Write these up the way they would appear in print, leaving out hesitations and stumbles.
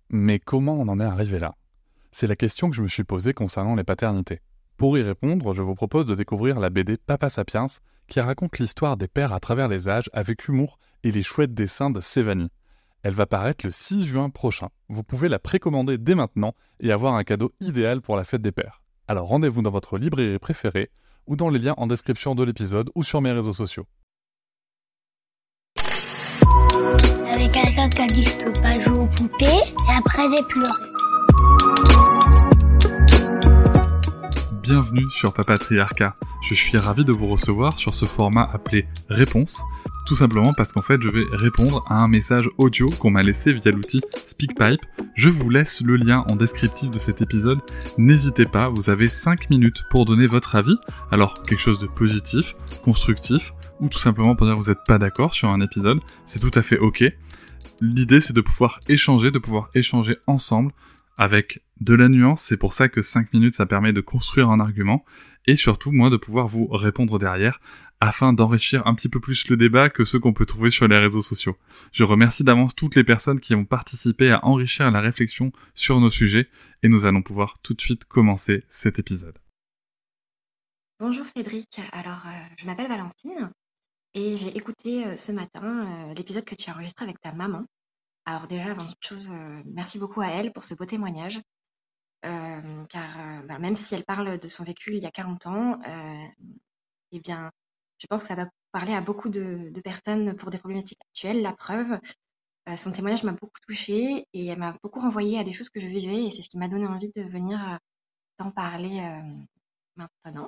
Mais comment on en est arrivé là? C'est la question que je me suis posée concernant les paternités. Pour y répondre, je vous propose de découvrir la BD Papa Sapiens, qui raconte l'histoire des pères à travers les âges avec humour et les chouettes dessins de Sévanie. Elle va paraître le 6 juin prochain. Vous pouvez la précommander dès maintenant et avoir un cadeau idéal pour la fête des pères. Alors rendez-vous dans votre librairie préférée ou dans les liens en description de l'épisode ou sur mes réseaux sociaux. Avec quelqu'un qui a dit que je peux pas jouer aux poupées, et après j'ai pleuré. Bienvenue sur Papatriarcat. Je suis ravi de vous recevoir sur ce format appelé Réponse, tout simplement parce qu'en fait je vais répondre à un message audio qu'on m'a laissé via l'outil SpeakPipe. Je vous laisse le lien en descriptif de cet épisode. N'hésitez pas, vous avez 5 minutes pour donner votre avis. Alors quelque chose de positif, constructif, ou tout simplement pour dire que vous n'êtes pas d'accord sur un épisode, c'est tout à fait ok. L'idée c'est de pouvoir échanger ensemble avec de la nuance, c'est pour ça que 5 minutes ça permet de construire un argument, et surtout moi de pouvoir vous répondre derrière, afin d'enrichir un petit peu plus le débat que ceux qu'on peut trouver sur les réseaux sociaux. Je remercie d'avance toutes les personnes qui ont participé à enrichir la réflexion sur nos sujets, et nous allons pouvoir tout de suite commencer cet épisode. Bonjour Cédric, alors je m'appelle Valentine et j'ai écouté ce matin l'épisode que tu as enregistré avec ta maman. Alors déjà, avant toute chose, merci beaucoup à elle pour ce beau témoignage, car même si elle parle de son vécu il y a 40 ans, eh bien, je pense que ça va parler à beaucoup de personnes pour des problématiques actuelles. La preuve, son témoignage m'a beaucoup touchée et elle m'a beaucoup renvoyé à des choses que je vivais et c'est ce qui m'a donné envie de venir t'en parler maintenant.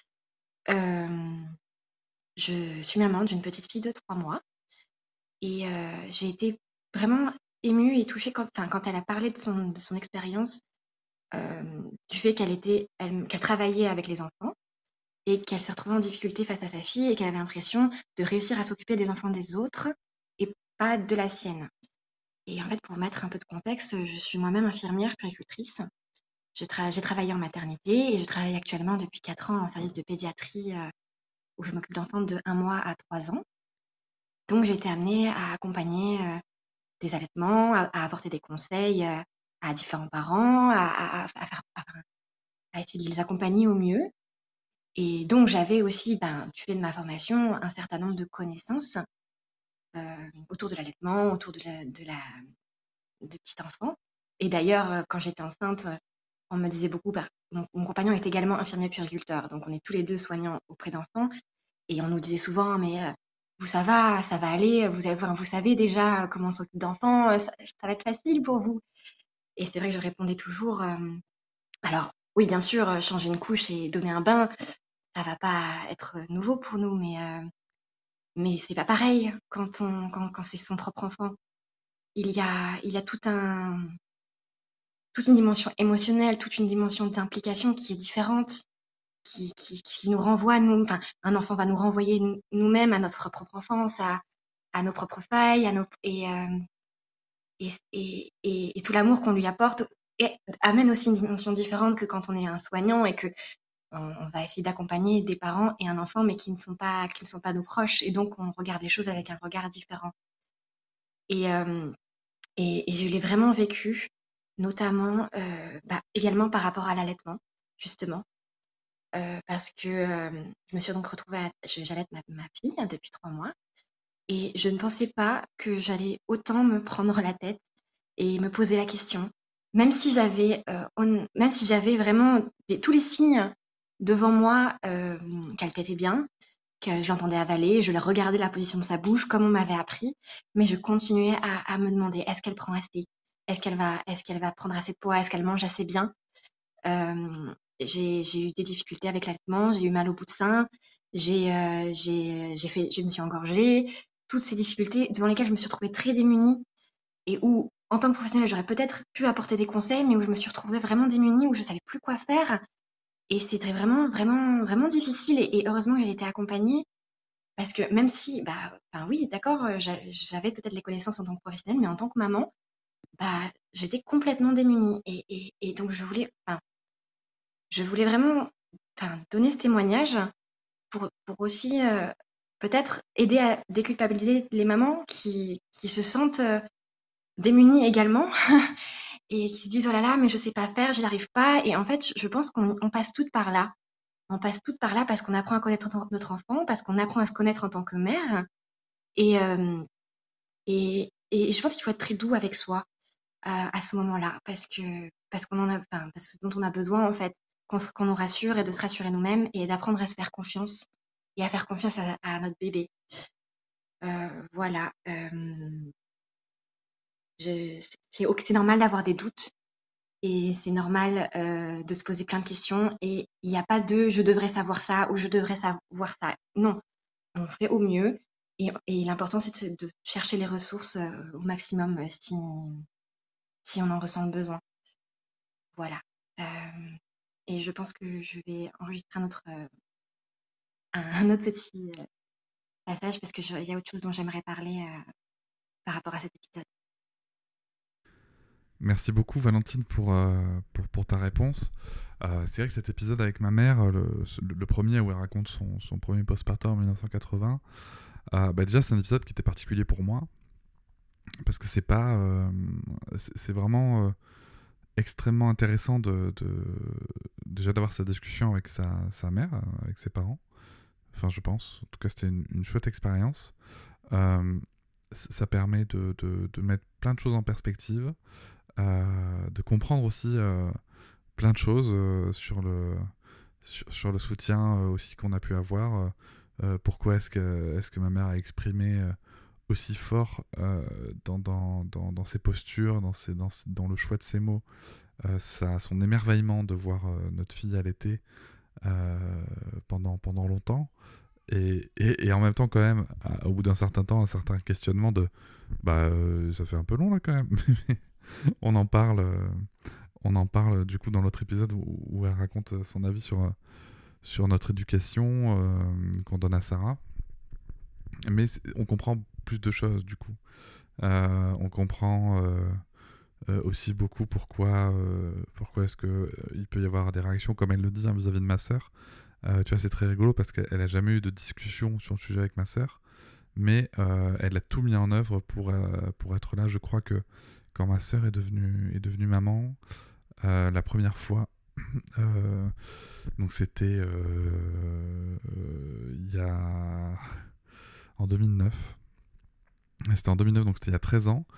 Je suis maman d'une petite fille de 3 mois et j'ai été vraiment émue et touchée quand elle a parlé de son expérience, du fait qu'elle travaillait avec les enfants et qu'elle se retrouvait en difficulté face à sa fille et qu'elle avait l'impression de réussir à s'occuper des enfants des autres et pas de la sienne. Et en fait, pour mettre un peu de contexte, je suis moi-même infirmière puéricultrice. J'ai travaillé en maternité et je travaille actuellement depuis 4 ans en service de pédiatrie, où je m'occupe d'enfants de 1 mois à 3 ans. Donc j'ai été amenée à accompagner des allaitements, à apporter des conseils à différents parents, à essayer de les accompagner au mieux. Et donc j'avais aussi, du fait de ma formation, un certain nombre de connaissances autour de l'allaitement, autour de petits enfants. Et d'ailleurs, quand j'étais enceinte, on me disait beaucoup, mon compagnon est également infirmier puériculteur, donc on est tous les deux soignants auprès d'enfants. Et on nous disait souvent, mais vous, ça va aller, vous savez déjà comment on s'occupe d'enfants, ça va être facile pour vous. Et c'est vrai que je répondais toujours, alors oui, bien sûr, changer une couche et donner un bain, ça va pas être nouveau pour nous, mais c'est pas pareil quand c'est son propre enfant. Il y a toute une dimension émotionnelle, toute une dimension d'implication qui est différente, qui nous renvoie, nous, enfin, un enfant va nous renvoyer nous-mêmes à notre propre enfance, à nos propres failles, et tout l'amour qu'on lui apporte et amène aussi une dimension différente que quand on est un soignant et que on va essayer d'accompagner des parents et un enfant, mais qui ne sont pas nos proches, et donc on regarde les choses avec un regard différent. Et, euh, et je l'ai vraiment vécu, notamment également par rapport à l'allaitement, justement. Parce que je me suis donc retrouvée, j'allaite ma fille depuis 3 mois, et je ne pensais pas que j'allais autant me prendre la tête et me poser la question, même si j'avais vraiment tous les signes devant moi qu'elle tétait bien, que je l'entendais avaler, je regardais la position de sa bouche comme on m'avait appris, mais je continuais à me demander, est-ce qu'elle prend assez? Est-ce qu'elle va prendre assez de poids? Est-ce qu'elle mange assez bien? J'ai eu des difficultés avec l'allaitement, j'ai eu mal au bout de sein, je me suis engorgée, toutes ces difficultés devant lesquelles je me suis retrouvée très démunie et où, en tant que professionnelle, j'aurais peut-être pu apporter des conseils, mais où je me suis retrouvée vraiment démunie, où je savais plus quoi faire. Et c'était vraiment, vraiment, vraiment difficile. Et heureusement que j'ai été accompagnée, parce que même si, oui, d'accord, j'avais peut-être les connaissances en tant que professionnelle, mais en tant que maman, j'étais complètement démunie. Et donc, je voulais vraiment donner ce témoignage pour aussi peut-être aider à déculpabiliser les mamans qui se sentent démunies également et qui se disent: «Oh là là, mais je sais pas faire, j'y arrive pas» et en fait, je pense qu'on passe toutes par là. On passe toutes par là parce qu'on apprend à connaître notre enfant, parce qu'on apprend à se connaître en tant que mère et hem et je pense qu'il faut être très doux avec soi, à ce moment-là parce qu'on en a enfin, parce que dont on a besoin en fait, qu'on nous rassure et de se rassurer nous-mêmes et d'apprendre à se faire confiance et à faire confiance à notre bébé. Voilà, c'est normal d'avoir des doutes et c'est normal, de se poser plein de questions et il y a pas de: «Je devrais savoir ça» ou «Je devrais savoir ça». Non, on fait au mieux et l'important c'est de chercher les ressources, au maximum, si on en ressent le besoin. Voilà, hem et je pense que je vais enregistrer un autre petit, passage parce qu'il y a autre chose dont j'aimerais parler, par rapport à cet épisode. Merci beaucoup Valentine pour ta réponse. C'est vrai que cet épisode avec ma mère, le premier où elle raconte son premier postpartum en 1980, déjà c'est un épisode qui était particulier pour moi parce que c'est vraiment extrêmement intéressant déjà d'avoir cette discussion avec sa mère, avec ses parents. Enfin, je pense. En tout cas, c'était une chouette expérience. Euh, Ça permet de mettre plein de choses en perspective, de comprendre aussi plein de choses sur le soutien aussi qu'on a pu avoir. Pourquoi est-ce que ma mère a exprimé aussi fort dans ses postures, dans le choix de ses mots, son émerveillement de voir notre fille allaiter pendant longtemps. Et en même temps, quand même, au bout d'un certain temps, un certain questionnement de ça fait un peu long là quand même. on en parle, euh, on en parle du coup dans l'autre épisode où elle raconte son avis sur notre éducation qu'on donne à Sarah. Mais on comprend plus de choses du coup. On comprend aussi beaucoup pourquoi est-ce que il peut y avoir des réactions comme elle le dit vis-à-vis de ma sœur. Tu vois, c'est très rigolo parce qu'elle a jamais eu de discussion sur le sujet avec ma sœur, mais elle a tout mis en œuvre pour être là. Je crois que quand ma sœur est devenue maman, la première fois, euh, donc c'était il y a en 2009. C'était en 2009, donc c'était il y a 13 ans.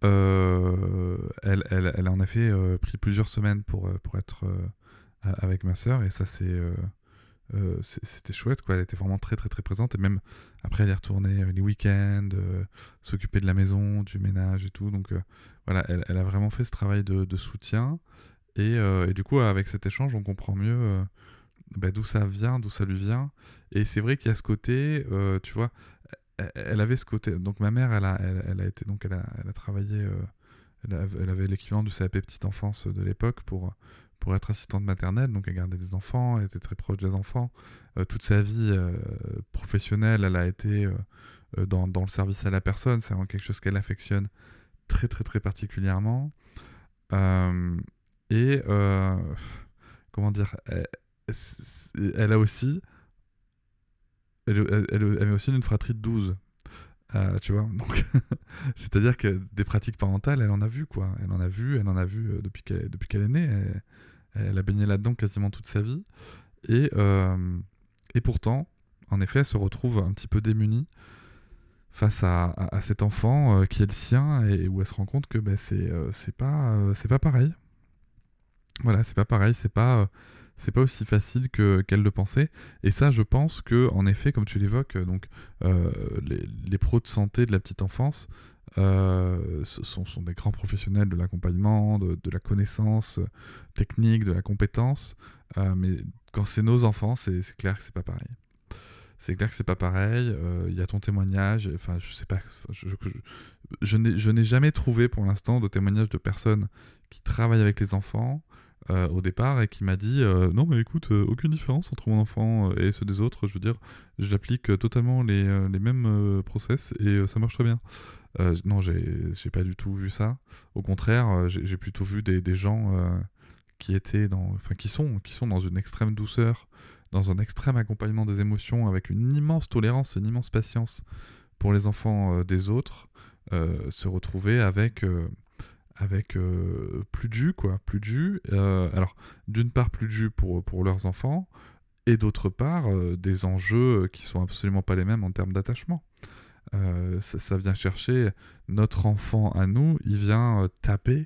Elle en a fait pris plusieurs semaines pour être avec ma sœur, et ça c'était chouette quoi. Elle était vraiment très très très présente, et même après elle est retournée les week-ends, s'occuper de la maison, du ménage et tout. Donc voilà, elle a vraiment fait ce travail de soutien, et du coup avec cet échange on comprend mieux d'où ça vient, d'où ça lui vient. Et c'est vrai qu'il y a ce côté, tu vois, elle avait ce côté. Donc ma mère, elle a été, donc elle a travaillé, elle avait l'équivalent du CAP petite enfance de l'époque pour être assistante maternelle. Donc elle gardait des enfants, elle était très proche des enfants. Toute sa vie professionnelle, elle a été dans le service à la personne. C'est vraiment quelque chose qu'elle affectionne très très très particulièrement. Euh, et comment dire, elle a aussi, elle est aussi une fratrie de 12. Tu vois, donc c'est-à-dire que des pratiques parentales, elle en a vu quoi. Elle en a vu depuis qu'elle est née. Elle a baigné là-dedans quasiment toute sa vie. Et pourtant, en effet, elle se retrouve un petit peu démunie face à cet enfant qui est le sien, et où elle se rend compte que c'est pas pareil. Voilà, c'est pas pareil, c'est pas aussi facile qu'elle le pensait. Et ça, je pense que, en effet, comme tu l'évoques, donc les pros de santé de la petite enfance sont des grands professionnels de l'accompagnement, de la connaissance technique, de la compétence. Mais quand c'est nos enfants, c'est clair que c'est pas pareil. C'est clair que c'est pas pareil. Il y a ton témoignage. Enfin, je sais pas. Je n'ai jamais trouvé pour l'instant de témoignage de personnes qui travaillent avec les enfants au départ, et qui m'a dit non mais écoute, aucune différence entre mon enfant et ceux des autres. Je veux dire, j'applique totalement les mêmes process, et ça marche très bien. Non, j'ai pas du tout vu ça. Au contraire, j'ai plutôt vu des gens qui étaient enfin qui sont dans une extrême douceur, dans un extrême accompagnement des émotions, avec une immense tolérance, une immense patience pour les enfants des autres, se retrouver avec avec plus de jus, quoi, plus de jus. Alors, d'une part, plus de jus pour leurs enfants, et d'autre part, des enjeux qui sont absolument pas les mêmes en termes d'attachement. Ça vient chercher notre enfant à nous, il vient taper,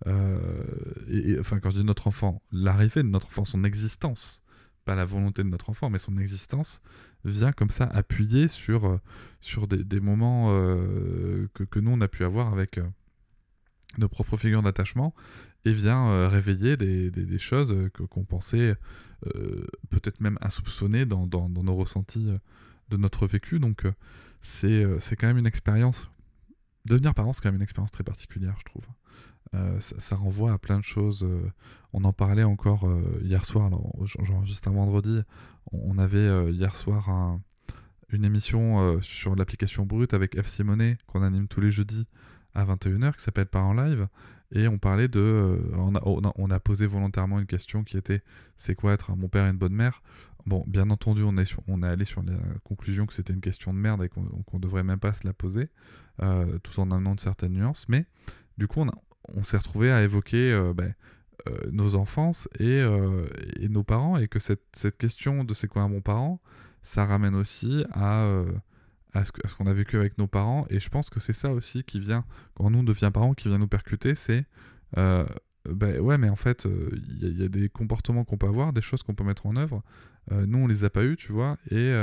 enfin quand je dis notre enfant, l'arrivée de notre enfant, son existence, pas la volonté de notre enfant, mais son existence, vient comme ça appuyer sur des moments que nous on a pu avoir avec nos propres figures d'attachement, et vient réveiller des choses qu'on pensait peut-être même insoupçonnées dans nos ressentis de notre vécu. Donc c'est quand même une expérience. Devenir parent, c'est quand même une expérience très particulière, je trouve. Ça renvoie à plein de choses. On en parlait encore hier soir, alors j'enregistre un vendredi. On avait hier soir une émission sur l'application Brut avec F. Simonet, qu'on anime tous les jeudis à 21h, qui s'appelle Parents Live. Et on parlait on a posé volontairement une question qui était: c'est quoi être un bon père et une bonne mère? Bon, bien entendu, on est allé sur la conclusion que c'était une question de merde et qu'on devrait même pas se la poser, tout en amenant de certaines nuances. Mais du coup, on s'est retrouvé à évoquer nos enfances et nos parents, et que cette question de c'est quoi un bon parent, ça ramène aussi à ce qu'on a vécu avec nos parents. Et je pense que c'est ça aussi qui vient, quand nous on devient parents, qui vient nous percuter, c'est ouais, mais en fait, il y a des comportements qu'on peut avoir, des choses qu'on peut mettre en œuvre. Nous, on les a pas eu, tu vois,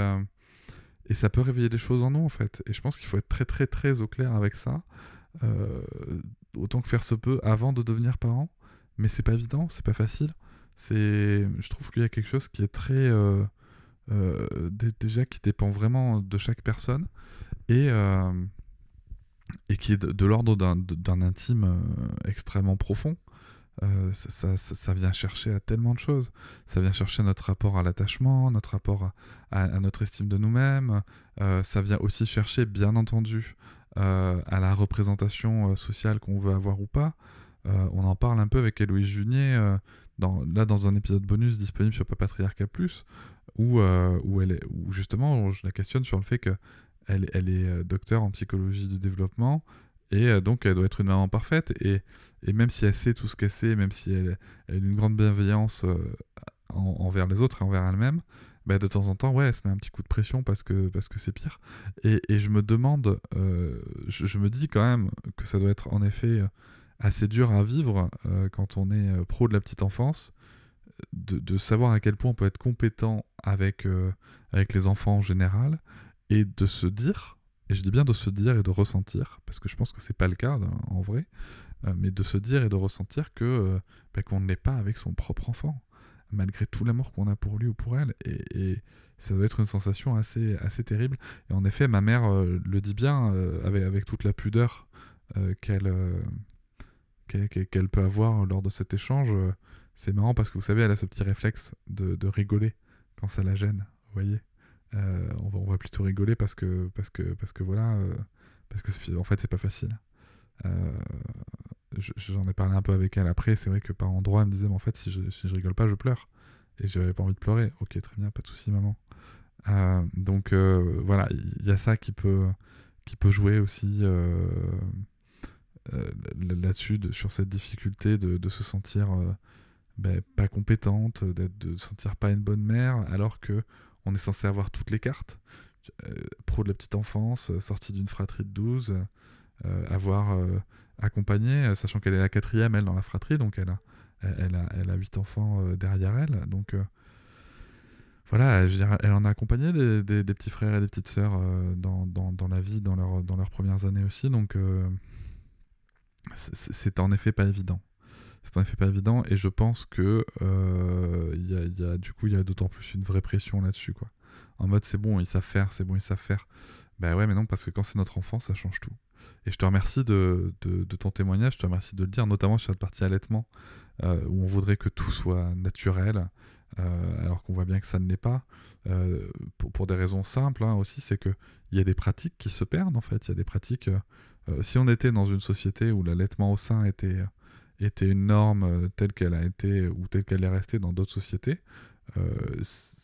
et ça peut réveiller des choses en nous, en fait. Et je pense qu'il faut être très, très, très au clair avec ça, autant que faire se peut, avant de devenir parent. Mais c'est pas évident, c'est pas facile. Je trouve qu'il y a quelque chose qui est très déjà qui dépend vraiment de chaque personne, et, euh, et qui est de l'ordre d'un intime extrêmement profond. Ça vient chercher à tellement de choses. Ça vient chercher notre rapport à l'attachement, notre rapport à notre estime de nous-mêmes. Ça vient aussi chercher, bien entendu, à la représentation sociale qu'on veut avoir ou pas. On en parle un peu avec Héloïse Junier, dans un épisode bonus disponible sur Papatriarcat Plus, où justement je la questionne sur le fait que elle est docteur en psychologie du développement, et donc elle doit être une maman parfaite, et même si elle sait tout ce qu'elle sait, même si elle a une grande bienveillance envers les autres et envers elle-même, bah, de temps en temps, ouais, elle se met un petit coup de pression parce que c'est pire. Et je me demande, je me dis quand même que ça doit être en effet assez dur à vivre quand on est pro de la petite enfance, de savoir à quel point on peut être compétent avec les enfants en général, et de se dire, et je dis bien de se dire et de ressentir, parce que je pense que c'est pas le cas en vrai, mais de se dire et de ressentir qu'on ne l'est pas avec son propre enfant, malgré tout l'amour qu'on a pour lui ou pour elle, et ça doit être une sensation assez terrible. Et en effet, ma mère le dit bien, avec toute la pudeur qu'elle peut avoir lors de cet échange. C'est marrant parce que vous savez, elle a ce petit réflexe de rigoler quand ça la gêne, vous voyez. On va plutôt rigoler parce que voilà, parce que en fait c'est pas facile. Euh, J'en ai parlé un peu avec elle après. C'est vrai que par endroits elle me disait, mais en fait si je rigole pas je pleure, et j'avais pas envie de pleurer. Ok, très bien, pas de souci maman. Donc voilà, il y a ça qui peut jouer aussi là-dessus, sur cette difficulté de se sentir pas compétente, de se sentir pas une bonne mère, alors que on est censé avoir toutes les cartes. Pro de la petite enfance, sortie d'une fratrie de 12, avoir accompagné, sachant qu'elle est la quatrième, elle, dans la fratrie, donc elle a 8 enfants derrière elle. Donc voilà, je veux dire, elle en a accompagné des petits frères et des petites sœurs dans la vie, dans leurs premières années aussi. Donc c'est en effet pas évident. C'est en effet pas évident, et je pense que il y a d'autant plus une vraie pression là-dessus, quoi. En mode, c'est bon, ils savent faire, c'est bon, ils savent faire. Bah ouais, mais non, parce que quand c'est notre enfant, ça change tout. Et je te remercie de ton témoignage, je te remercie de le dire, notamment sur cette partie allaitement, où on voudrait que tout soit naturel, alors qu'on voit bien que ça ne l'est pas, pour des raisons simples, hein, aussi, c'est qu'il y a des pratiques qui se perdent, en fait. Il y a des pratiques... si on était dans une société où l'allaitement au sein était une norme telle qu'elle a été ou telle qu'elle est restée dans d'autres sociétés,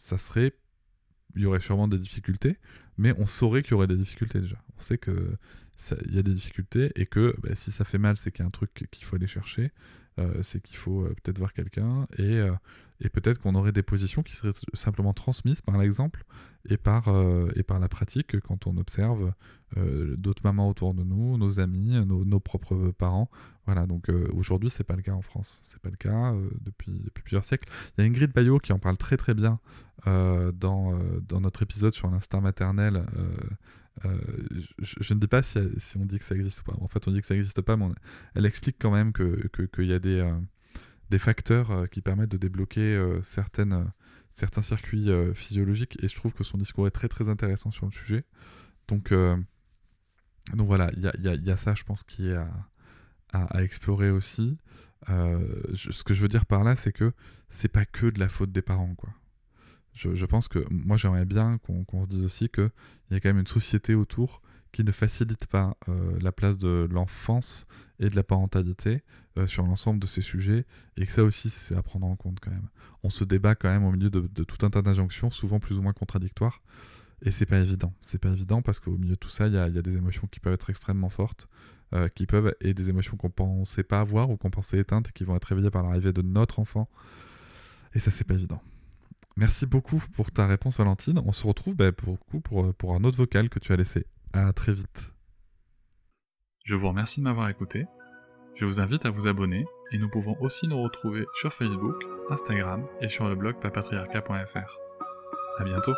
il y aurait sûrement des difficultés, mais on saurait qu'il y aurait des difficultés déjà. On sait qu'il il y a des difficultés et que si ça fait mal, c'est qu'il y a un truc qu'il faut aller chercher, c'est qu'il faut peut-être voir quelqu'un et peut-être qu'on aurait des positions qui seraient simplement transmises par l'exemple et par la pratique quand on observe d'autres mamans autour de nous, nos amis, nos propres parents. Voilà, donc aujourd'hui, c'est pas le cas en France. C'est pas le cas depuis plusieurs siècles. Il y a Ingrid Baillot qui en parle très très bien dans notre épisode sur l'instinct maternel. Je ne dis pas si on dit que ça existe ou pas. En fait, on dit que ça n'existe pas, mais elle explique quand même qu'il y a des facteurs qui permettent de débloquer certains circuits physiologiques, et je trouve que son discours est très très intéressant sur le sujet. Donc voilà, il y a ça, je pense, qui est à explorer aussi. Ce que je veux dire par là, c'est que c'est pas que de la faute des parents, quoi. Je pense que moi j'aimerais bien qu'on se dise aussi qu'il y a quand même une société autour qui ne facilite pas la place de l'enfance et de la parentalité sur l'ensemble de ces sujets, et que ça aussi c'est à prendre en compte quand même. On se débat quand même au milieu de tout un tas d'injonctions, souvent plus ou moins contradictoires, et c'est pas évident. C'est pas évident parce qu'au milieu de tout ça, il y a des émotions qui peuvent être extrêmement fortes, et des émotions qu'on pensait pas avoir ou qu'on pensait éteintes et qui vont être réveillées par l'arrivée de notre enfant, et ça c'est pas évident. Merci beaucoup pour ta réponse, Valentine. On se retrouve pour un autre vocal que tu as laissé. À très vite. Je vous remercie de m'avoir écouté. Je vous invite à vous abonner et nous pouvons aussi nous retrouver sur Facebook, Instagram et sur le blog papatriarcat.fr. À bientôt.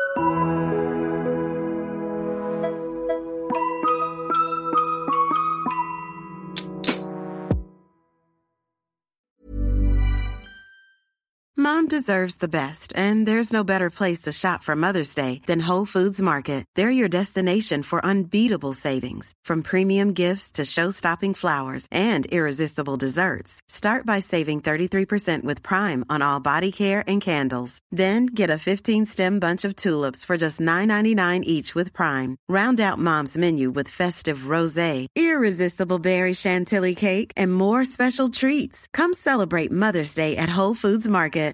Mom deserves the best, and there's no better place to shop for Mother's Day than Whole Foods Market. They're your destination for unbeatable savings, from premium gifts to show-stopping flowers and irresistible desserts. Start by saving 33% with Prime on all body care and candles. Then get a 15-stem bunch of tulips for just $9.99 each with Prime. Round out Mom's menu with festive rosé, irresistible berry chantilly cake, and more special treats. Come celebrate Mother's Day at Whole Foods Market.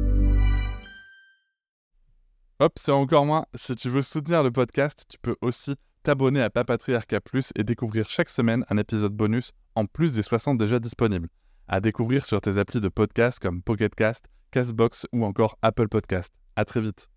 Hop, c'est encore moins. Si tu veux soutenir le podcast, tu peux aussi t'abonner à Papatriarcat Plus et découvrir chaque semaine un épisode bonus en plus des 60 déjà disponibles. À découvrir sur tes applis de podcast comme Pocket Cast, Castbox ou encore Apple Podcast. À très vite.